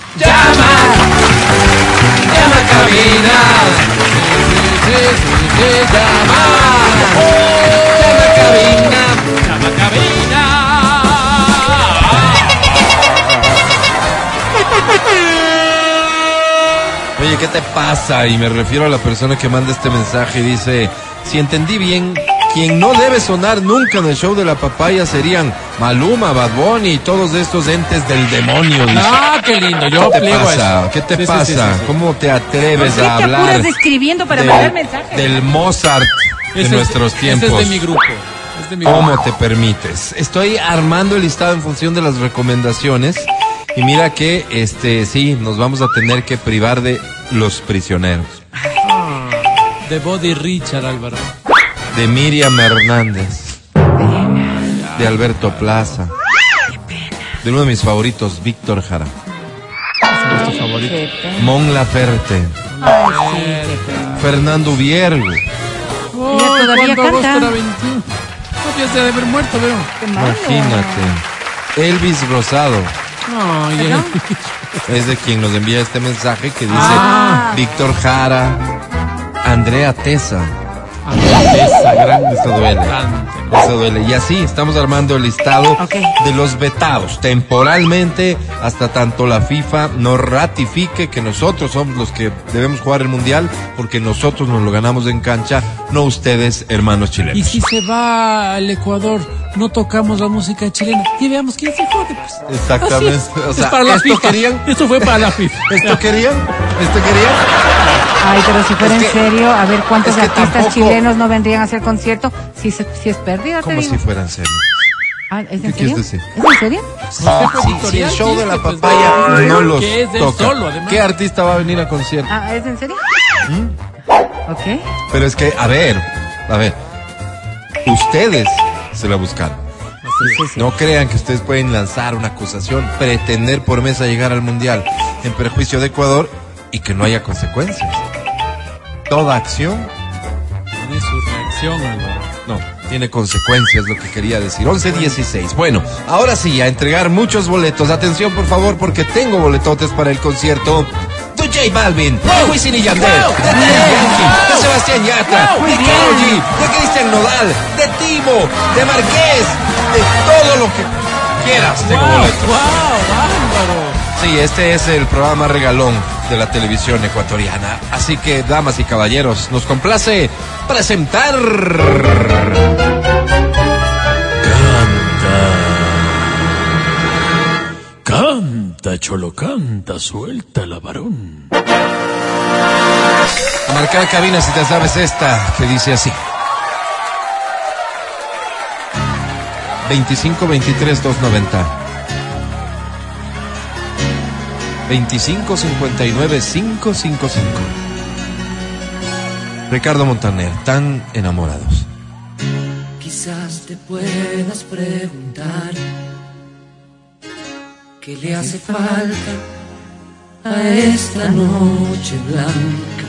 Llama a cabina. Llama a cabina. Llama a cabina. Oye, ¿qué te pasa? Y me refiero a la persona que manda este mensaje y dice, si entendí bien, quien no debe sonar nunca en el show de la papaya serían Maluma, Bad Bunny y todos estos entes del demonio. Dice. Ah, qué lindo. Yo ¿Qué te pasa? ¿Qué te pasa? Sí. ¿Cómo te atreves a hablar describiendo para mandar mensajes? Del Mozart de nuestros tiempos? Ese es de mi grupo. ¿Cómo te permites? Estoy armando el listado en función de las recomendaciones. Y mira que, sí, nos vamos a tener que privar de Los Prisioneros. De Body Richard, Álvaro. De Miriam Hernández. De Alberto Plaza. De uno de mis favoritos, Víctor Jara. ¿Es tu favorito? Mon Laferte. Fernando Viergo. Oh, todavía canta. Era 21. No piensa de haber muerto, pero. Imagínate. Elvis Rosado. Es de quien nos envía este mensaje que dice Víctor Jara, Andrea Tesa. Eso duele. Y así estamos armando el listado de los vetados temporalmente hasta tanto la FIFA nos ratifique que nosotros somos los que debemos jugar el mundial, porque nosotros nos lo ganamos en cancha, no ustedes, hermanos chilenos. Y si se va al Ecuador, no tocamos la música chilena y veamos quién se jode, pues. Exactamente. O sea, para la ¿esto FIFA. querían? Esto fue para la FIFA. ¿Esto querían? Ay, pero si fuera en serio, a ver cuántos artistas chilenos no vendrían a hacer concierto. Si es pérdida, ¿Cómo si fuera en serio? ¿Es ¿Qué en serio? quieres decir? ¿Es en serio? Sí, el show de la papaya no los toca. Solo, ¿Qué artista va a venir a concierto? ¿Es en serio? Ok. Pero es que, a ver, ustedes se la buscaron. Sí. No crean que ustedes pueden lanzar una acusación, pretender por mesa llegar al mundial en perjuicio de Ecuador y que no haya consecuencias. Toda acción Tiene su reacción, Álvaro. no tiene consecuencias, lo que quería decir. 11:16. Bueno, ahora sí, a entregar muchos boletos. Atención, por favor, porque tengo boletotes para el concierto de J Balvin, de Wisin y Yandel, de Daddy Yankee, de Sebastián Yatra, de Karol G, de Cristian Nodal, de Timo, de Marqués, de todo lo que quieras. Tengo boletos. ¡Wow, Álvaro! Sí, este es el programa regalón de la televisión ecuatoriana. Así que, damas y caballeros, nos complace presentar... Canta, cholo, canta, suelta la varón. A marcar cabina si te sabes esta, que dice así. 25-23-290. 25-59-555. Ricardo Montaner, Tan enamorados. Quizás te puedas preguntar ¿qué le hace falta a esta noche blanca?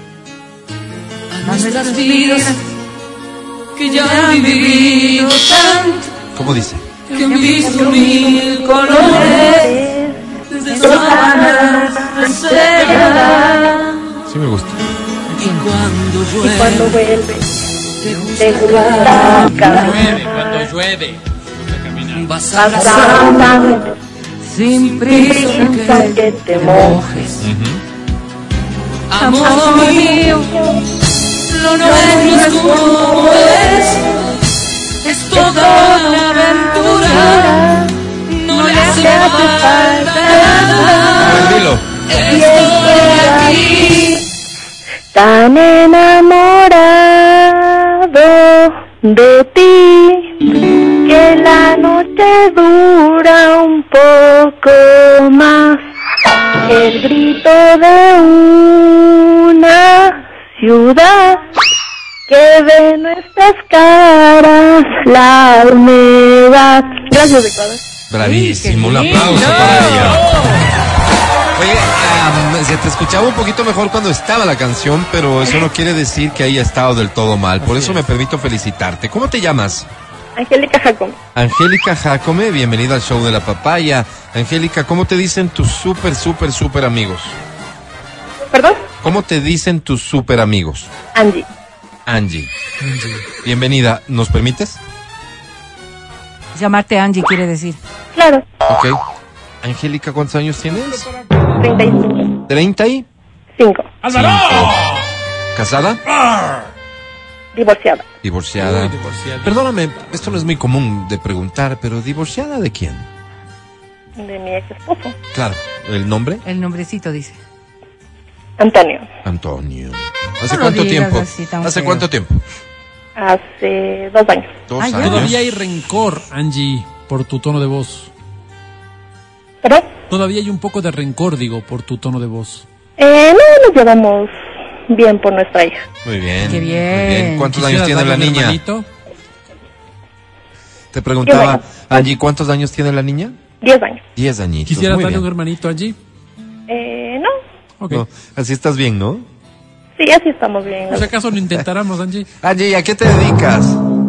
A nuestras vidas que ya han vivido tanto, ¿Cómo dice? que han visto mil colores, desde sábanas a estrellas. Sí me gusta. Y cuando Cuando llueve, vuelve, te gusta Cuando llueve. vas a abrazar sin prisa que te mojes. Amor mío, lo nuestro es como es toda una aventura, no le hace falta nada, Dilo. estoy aquí. Tan enamorado de ti que la noche dura un poco más. El grito de una ciudad que ve nuestras caras la humedad. Gracias, Ecuador. Bravísimo, un aplauso para ella. Oye, se te escuchaba un poquito mejor cuando estaba la canción, pero eso no quiere decir que haya estado del todo mal. Por eso me permito felicitarte. ¿Cómo te llamas? Angélica Jacome. Angélica Jacome, bienvenida al show de la papaya. Angélica, ¿cómo te dicen tus súper amigos? ¿Perdón? ¿Cómo te dicen tus súper amigos? Angie. Bienvenida, ¿nos permites? Llamarte Angie quiere decir. Claro. Ok. Angélica, ¿cuántos años tienes? 35. 35. ¡Álvaro! ¿Casada? Divorciada. Divorciada. Perdóname, esto no es muy común de preguntar, pero ¿divorciada de quién? De mi ex esposo. Claro, ¿el nombre? El nombrecito dice. Antonio. Antonio. ¿Hace No cuánto lo digas tiempo? así tan ¿Hace feo. cuánto tiempo? Hace 2 años. 2 Ay, ya. años. Todavía hay rencor, Angie, por tu tono de voz. ¿Perdón? Todavía hay un poco de rencor, digo, por tu tono de voz. No nos llevamos bien por nuestra hija. Muy bien. Qué bien. Muy bien. ¿Cuántos años ¿Quisieras tiene la darle un niña? hermanito? Te preguntaba, 10 años. Angie, ¿cuántos años tiene la niña? 10 años. 10 añitos. ¿Quisieras Muy darle un bien. hermanito, Angie? No. Ok. No, así estás bien, ¿no? Sí, así estamos bien. Por si acaso lo intentáramos, Angie. Angie, ¿a qué te dedicas?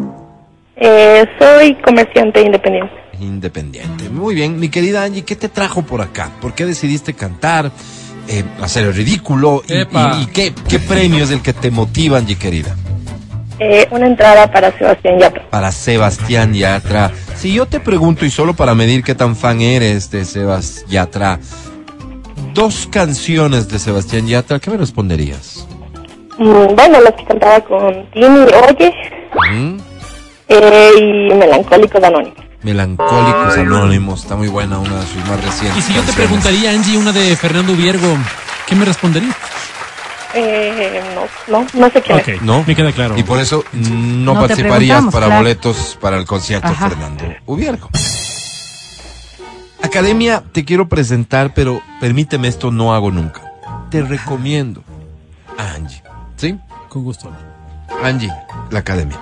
Soy comerciante independiente. Independiente. Muy bien. Mi querida Angie, ¿qué te trajo por acá? ¿Por qué decidiste cantar? Hacer el ridículo. Epa. ¿Y qué premio es el que te motiva, Angie, querida? Una entrada para Sebastián Yatra. Para Sebastián Yatra. Si yo te pregunto, y solo para medir qué tan fan eres de Sebastián Yatra, 2 canciones de Sebastián Yatra, ¿qué me responderías? Bueno, las que cantaba con Tini, Oye, ¿Mm? y Melancólicos Anónimos. Melancólicos Anónimos, está muy buena, una de sus más recientes. Y si yo te canciones. preguntaría, Angie, una de Fernando Viergo, ¿qué me responderías? No sé quién es. ¿No? Me queda claro. Y por eso no No te participarías preguntamos, para claro. boletos para el concierto de Ajá. Fernando Ubiergo. Academia, te quiero presentar, pero permíteme, esto no hago nunca. Te recomiendo a Angie. ¿Sí? Con gusto. Angie, la Academia.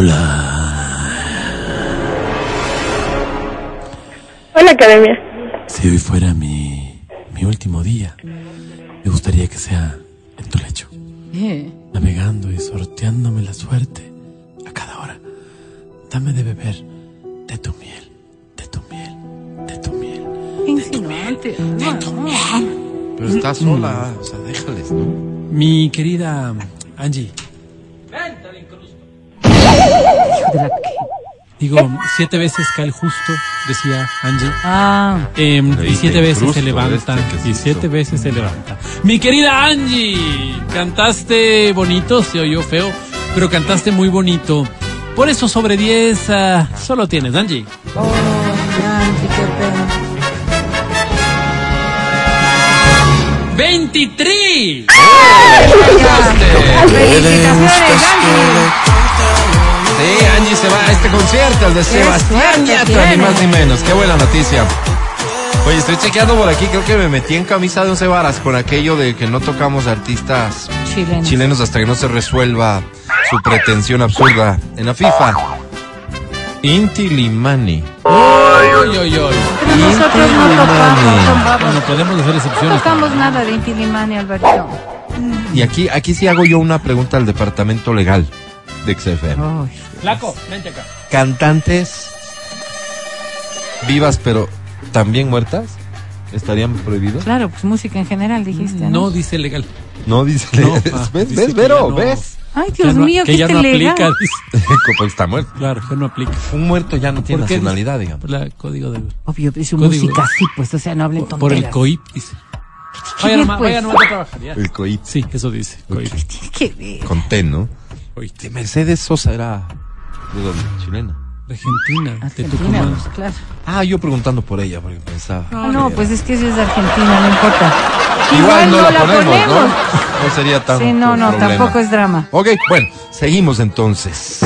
Hola, Academia. Si hoy fuera mi último día, me gustaría que sea en tu lecho, navegando y sorteándome la suerte a cada hora. Dame de beber de tu miel, de tu miel, de tu miel. Insinuante. Pero está sola, o sea, déjales, ¿no? Mi querida Angie. De la que- Digo, 7 veces cae el justo, decía Angie. Ah, Y Leí 7 el veces frusto se levanta. este, ¿qué es Y esto? 7 veces se levanta. Mi querida Angie, cantaste bonito, se oyó feo, pero cantaste muy bonito. Por eso sobre 10 solo tienes, Angie. oh, Angie, qué pena. 23. Felicitaciones, Angie. Sí, Angie se va a este concierto, el de Sebastián suerte Yatra, ni tiene. más ni menos. Qué buena noticia. Oye, estoy chequeando por aquí, creo que me metí en camisa de 11 varas con aquello de que no tocamos artistas chilenos hasta que no se resuelva su pretensión absurda en la FIFA. Inti Limani. Oy, oy, oy. Pero nosotros no tocamos, son No babos. podemos hacer No excepciones. tocamos nada de Inti Limani, Alberto. Y aquí sí hago yo una pregunta al departamento legal de XFM. Ay, Flaco, vente acá. Cantantes vivas pero también muertas, ¿estarían prohibidos? claro, pues música en general dijiste, ¿no? No dice legal. No, dice. No, ¿Ves, dice que Vero? ya no. ¿Ves? Ay, Ya Dios no- mío, que qué ya no legal. aplica. Dice. Porque está muerto. Claro, que no aplica. Un muerto ya no tiene ¿Por qué nacionalidad, dice? digamos. Por el código de... Obvio, es su Código. música sí, pues, o sea, no hablen tonteras. Por el COIP, dice. ¿Qué Vaya nomás, pues? vaya nomás a trabajar, ya. El COIP. Sí, eso dice. COIP. Tiene que ver. Con T, ¿no? COIP. De Mercedes Sosa era de dónde? Chilena. Argentina, de Argentina, Tucumán. pues, claro. Ah, yo preguntando por ella porque pensaba. Ah, no, pues es que eso es de Argentina, no importa. Igual no la ponemos, ¿no? No sería tan. Sí, no, problema. tampoco es drama. Ok, bueno, seguimos entonces.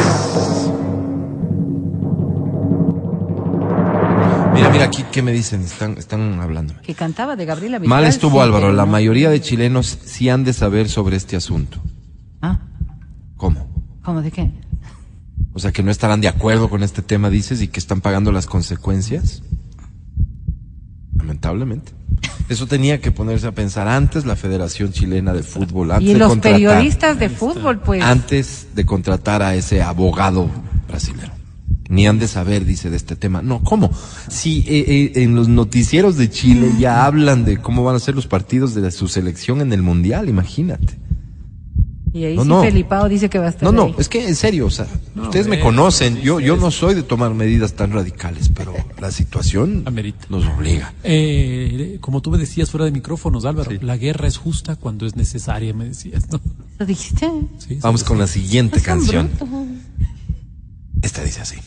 Mira, aquí, ¿qué me dicen? Están hablando. Que cantaba de Gabriela Mistral. Mal estuvo sí, Álvaro, pero la no. mayoría de chilenos sí han de saber sobre este asunto. Ah, ¿Cómo? ¿cómo de qué? O sea, que no estarán de acuerdo con este tema, dices, y que están pagando las consecuencias. Lamentablemente. Eso tenía que ponerse a pensar antes la Federación Chilena de Fútbol, antes Y de los contratar, periodistas de fútbol, pues. antes de contratar a ese abogado brasileño. Ni han de saber, dice, de este tema. No, ¿cómo? Si en los noticieros de Chile ya hablan de cómo van a ser los partidos de su selección en el Mundial, imagínate. Y ahí Felipao dice que va a estar ahí. Es que en serio, o sea, ustedes me conocen, yo no soy de tomar medidas tan radicales, pero la situación amerita. Nos obliga. Como tú me decías fuera de micrófonos, Álvaro, la guerra es justa cuando es necesaria, me decías, ¿no? ¿Lo dijiste? Sí, vamos con la siguiente canción. Esta dice así.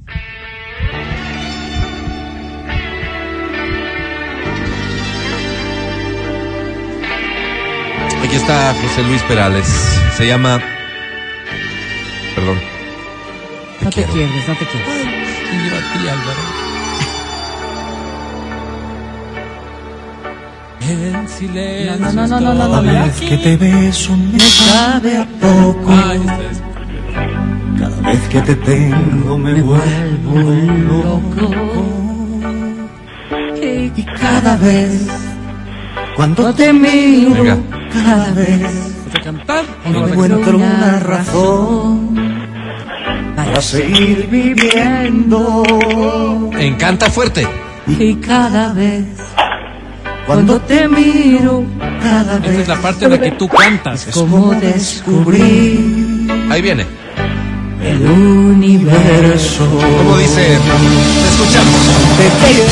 Aquí está José Luis Perales. Se llama... Perdón. No te quieres. Y yo a ti, Álvaro. En silencio. No. Cada vez que te beso me sabe a poco. Cada vez que te tengo me vuelvo loco. Y cada vez cuando te miro, venga, cada vez ¿vas a cantar? encuentro una razón para seguir viviendo. Encanta fuerte. Y cada vez Cuando te miro, cada vez Esa es la parte en la que tú cantas. como descubrí Ahí viene. el universo. ¿Cómo dice? Te escuchamos. Te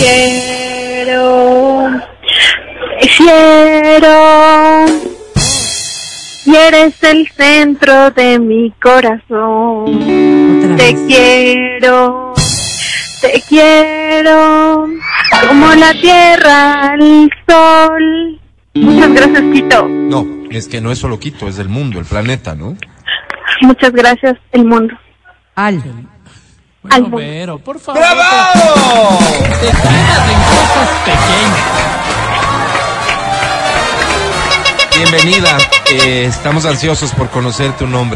quiero, y eres el centro de mi corazón. Te quiero, como la tierra al sol. Muchas gracias, Quito. No, es que no es solo Quito, es del mundo, el planeta, ¿no? Muchas gracias, el mundo. Bueno, Álbum. Vero, por favor. ¡Bravo! Te quedas en cosas pequeñas. Bienvenida. Estamos ansiosos por conocer tu nombre.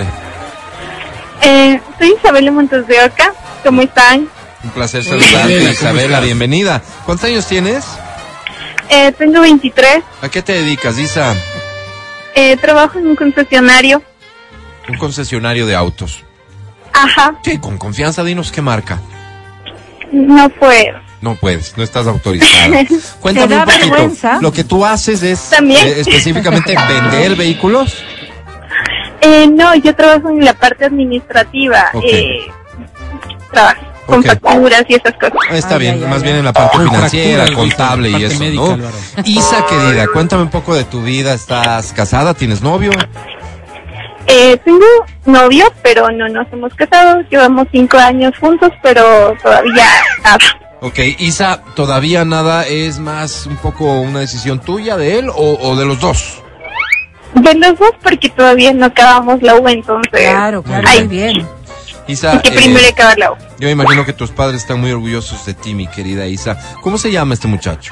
Soy Isabela Montes de Oca. ¿Cómo están? Un placer saludarte, ¿cómo Isabela. estás? Bienvenida. ¿Cuántos años tienes? Tengo 23. ¿A qué te dedicas, Isa? Trabajo en un concesionario. Un concesionario de autos. Ajá. Sí, con confianza, dinos qué marca. No puedo. No puedes, no estás autorizada. Cuéntame ¿Te da un poquito. vergüenza? Lo que tú haces es ¿También? específicamente vender vehículos. No, yo trabajo en la parte administrativa. Ok. Trabajo con Ok. facturas y esas cosas. Está Ay, bien, ay, más ay, bien ay. en la parte Con financiera, fracturas, contable y parte eso, médica, ¿no? Álvaro. Isa, querida, cuéntame un poco de tu vida. ¿Estás casada? ¿Tienes novio? Tengo novio, pero no nos hemos casado. Llevamos 5 años juntos, pero todavía nada. Ok, Isa, ¿todavía nada es más un poco una decisión tuya de él o de los dos? De los dos, porque todavía no acabamos la U, entonces. Claro, Ay, muy bien. Isa, hay que primero acabar la U. yo me imagino que tus padres están muy orgullosos de ti, mi querida Isa. ¿Cómo se llama este muchacho?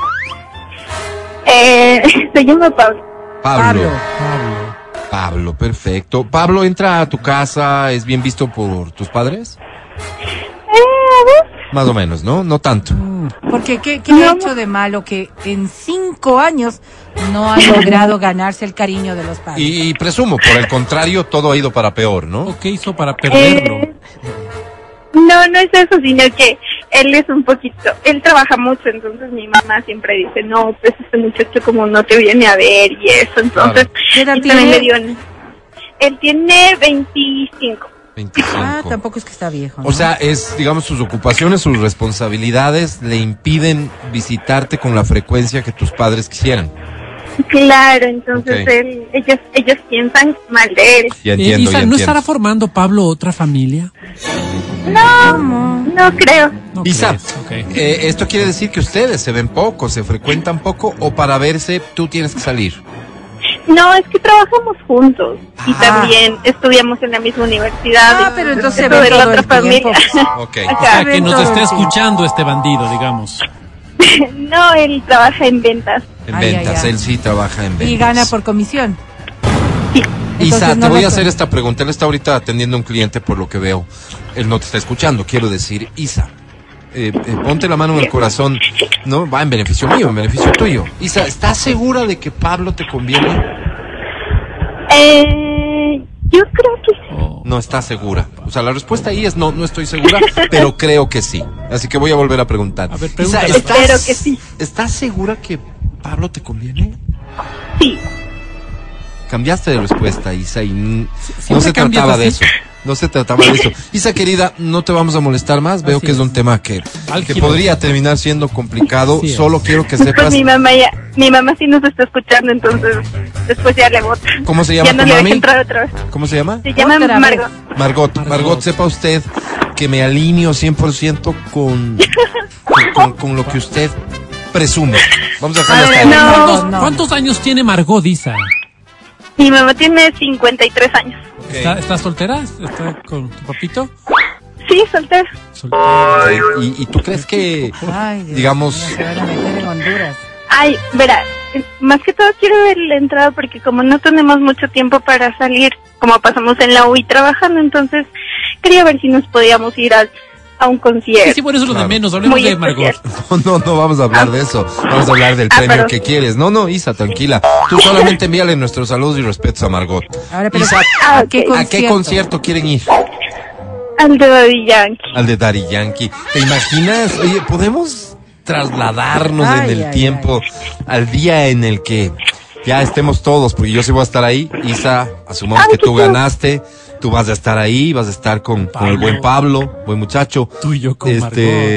Se llama Pablo. Pablo, perfecto. Pablo, ¿entra a tu casa? ¿Es bien visto por tus padres? Más o menos, ¿no? No tanto. Porque ¿qué ha hecho de malo que en 5 años no ha logrado ganarse el cariño de los padres? Y presumo, por el contrario, todo ha ido para peor, ¿no? ¿O qué hizo para perderlo? No es eso, sino que él es un poquito, él trabaja mucho, entonces mi mamá siempre dice, no, pues este muchacho como no te viene a ver y eso, entonces, ¿Qué edad y también tiene? me dio, él tiene 25. 25. Tampoco es que está viejo, ¿no? O sea, es, digamos, sus ocupaciones, sus responsabilidades le impiden visitarte con la frecuencia que tus padres quisieran. Claro, entonces Ok. ellos piensan mal de él. Ya entiendo, Isa, ya ¿no entiendo. estará formando Pablo otra familia? No creo. No Isa, crees, ok. ¿esto quiere decir que ustedes se ven poco, se frecuentan poco o para verse tú tienes que salir? No, es que trabajamos juntos y también estudiamos en la misma universidad. Pero entonces eso se ve de la todo otra el tiempo. familia. Ok. O Ajá. sea, que nos todo esté el tiempo. escuchando este bandido, digamos. No, él trabaja en ventas. En Ay, ventas, ay, ay. él sí trabaja en ventas. Y gana por comisión. Isa, Entonces, te no voy la a hacer cuento. esta pregunta. Él está ahorita atendiendo a un cliente por lo que veo. Él no te está escuchando, quiero decir. Isa, ponte la mano en el corazón. No, va en beneficio mío, en beneficio tuyo. Isa, ¿estás segura de que Pablo te conviene? Yo creo que sí. Oh. no está segura. O sea, la respuesta ahí es no estoy segura, pero creo que sí. Así que voy a volver a preguntar. A ver, Isa, pregúntale. Espero que sí. ¿Estás segura que Pablo te conviene? Sí. Cambiaste de respuesta, Isa, y no Siempre se cambias trataba de así. eso. No se trataba de eso. Isa, querida, no te vamos a molestar más. Veo Así que es es. un tema que Álgido. podría terminar siendo complicado. Así es. Solo quiero que Pues sepas mi mamá sí nos está escuchando, entonces después ya le vota. cómo se llama Ya no tu le deja mami. entrar otra vez. ¿Cómo se llama? Se llama Otra vez. Margot. Margot, sepa usted que me alineo 100% con lo que usted presume. Vamos a dejarlo hasta ahí. No. ¿Cuántos años tiene Margot, Isa? Mi mamá tiene 53 años. ¿Está soltera? ¿Está con tu papito? Sí, soltera. Soltera. ¿Y tú crees que, Ay, Dios digamos, mío, se van a meter en Honduras. Ay, verá, más que todo quiero ver la entrada porque como no tenemos mucho tiempo para salir, como pasamos en la UI trabajando, entonces quería ver si nos podíamos ir a un concierto. Sí, por eso es lo de Claro. menos. Hablemos Muy de Margot. especial. no vamos a hablar de eso. Vamos a hablar del premio pero- que quieres. No, Isa, tranquila. Tú solamente envíale nuestros saludos y respetos a Margot. Ahora, pero Isa, Ah, ¿a qué ok. concierto? ¿a qué concierto quieren ir? Al de Daddy Yankee. Al de Daddy Yankee. ¿Te imaginas? Oye, ¿podemos trasladarnos Ay, en el ay, tiempo al día en el que ya estemos todos? Porque yo sí voy a estar ahí. Isa, asumamos Ay, que qué tú cool. ganaste. Tú vas a estar ahí, vas a estar con el buen Pablo, buen muchacho. Tú y yo con Vamos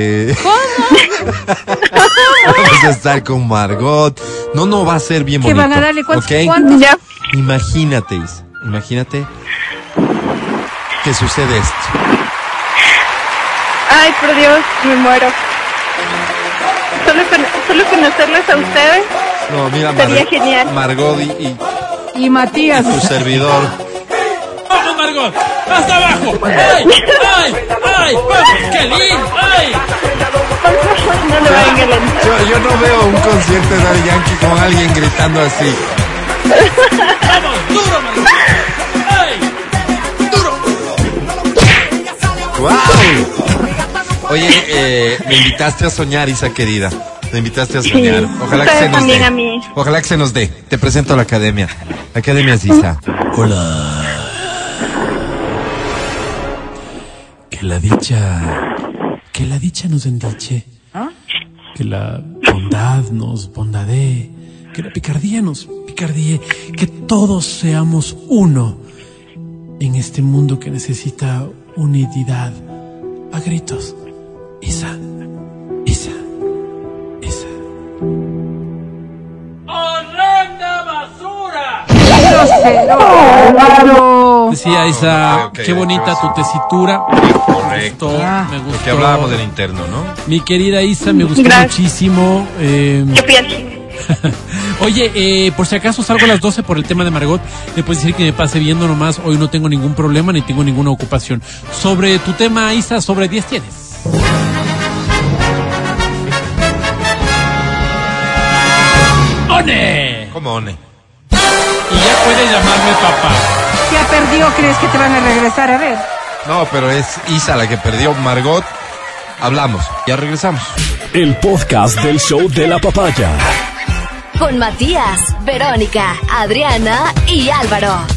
a estar con Margot. No, va a ser bien ¿Qué bonito. van a darle? ¿Cuántos? ¿ok? ¿Cuántos? Ya. Imagínate, Isa, imagínate que sucede esto. Ay, por Dios, me muero. Solo conocerles a ustedes. No, mira, Sería genial. Margot Y Matías. tu servidor. ¡Vamos, Margot! ¡Hasta abajo! ¡Ay! ¡Ay! ¡Ay! ¡Vamos! ¡Qué lindo! ¡Ay! No lo vayan a alentar. Yo no veo un concierto de Daddy Yankee con alguien gritando así. ¡Vamos! ¡Duro, Margot! ¡Ay! ¡Duro! ¡Wow! Oye, me invitaste a soñar, Isa querida. Me invitaste a soñar. Sí, Ojalá que ustedes se nos también dé. a mí. Ojalá que se nos dé. Te presento a la academia. Academia es Isa. Hola. Que la dicha nos endiche. ¿Ah? Que la bondad nos bondadee. Que la picardía nos picardíe. Que todos seamos uno en este mundo que necesita unidad. A gritos. Isa. Isa. Isa. ¡Horrenda basura! Álvaro. Decía Isa, Ok, qué bonita ok, tu tesitura. Correcto. Me gustó. Porque hablábamos del interno, ¿no? Mi querida Isa, me gustó Gracias. muchísimo. Yo fui al cine. Oye, por si acaso salgo a las 12 por el tema de Margot, le puedes decir que me pase viendo nomás. Hoy no tengo ningún problema ni tengo ninguna ocupación. Sobre tu tema, Isa, sobre 10 tienes. ¡One! ¿Cómo, One? Y ya puedes llamarme papá. Ya perdió, ¿crees que te van a regresar a ver? No, pero es Isa la que perdió. Margot, hablamos. Ya regresamos. El podcast del show de la papaya. Con Matías, Verónica, Adriana y Álvaro.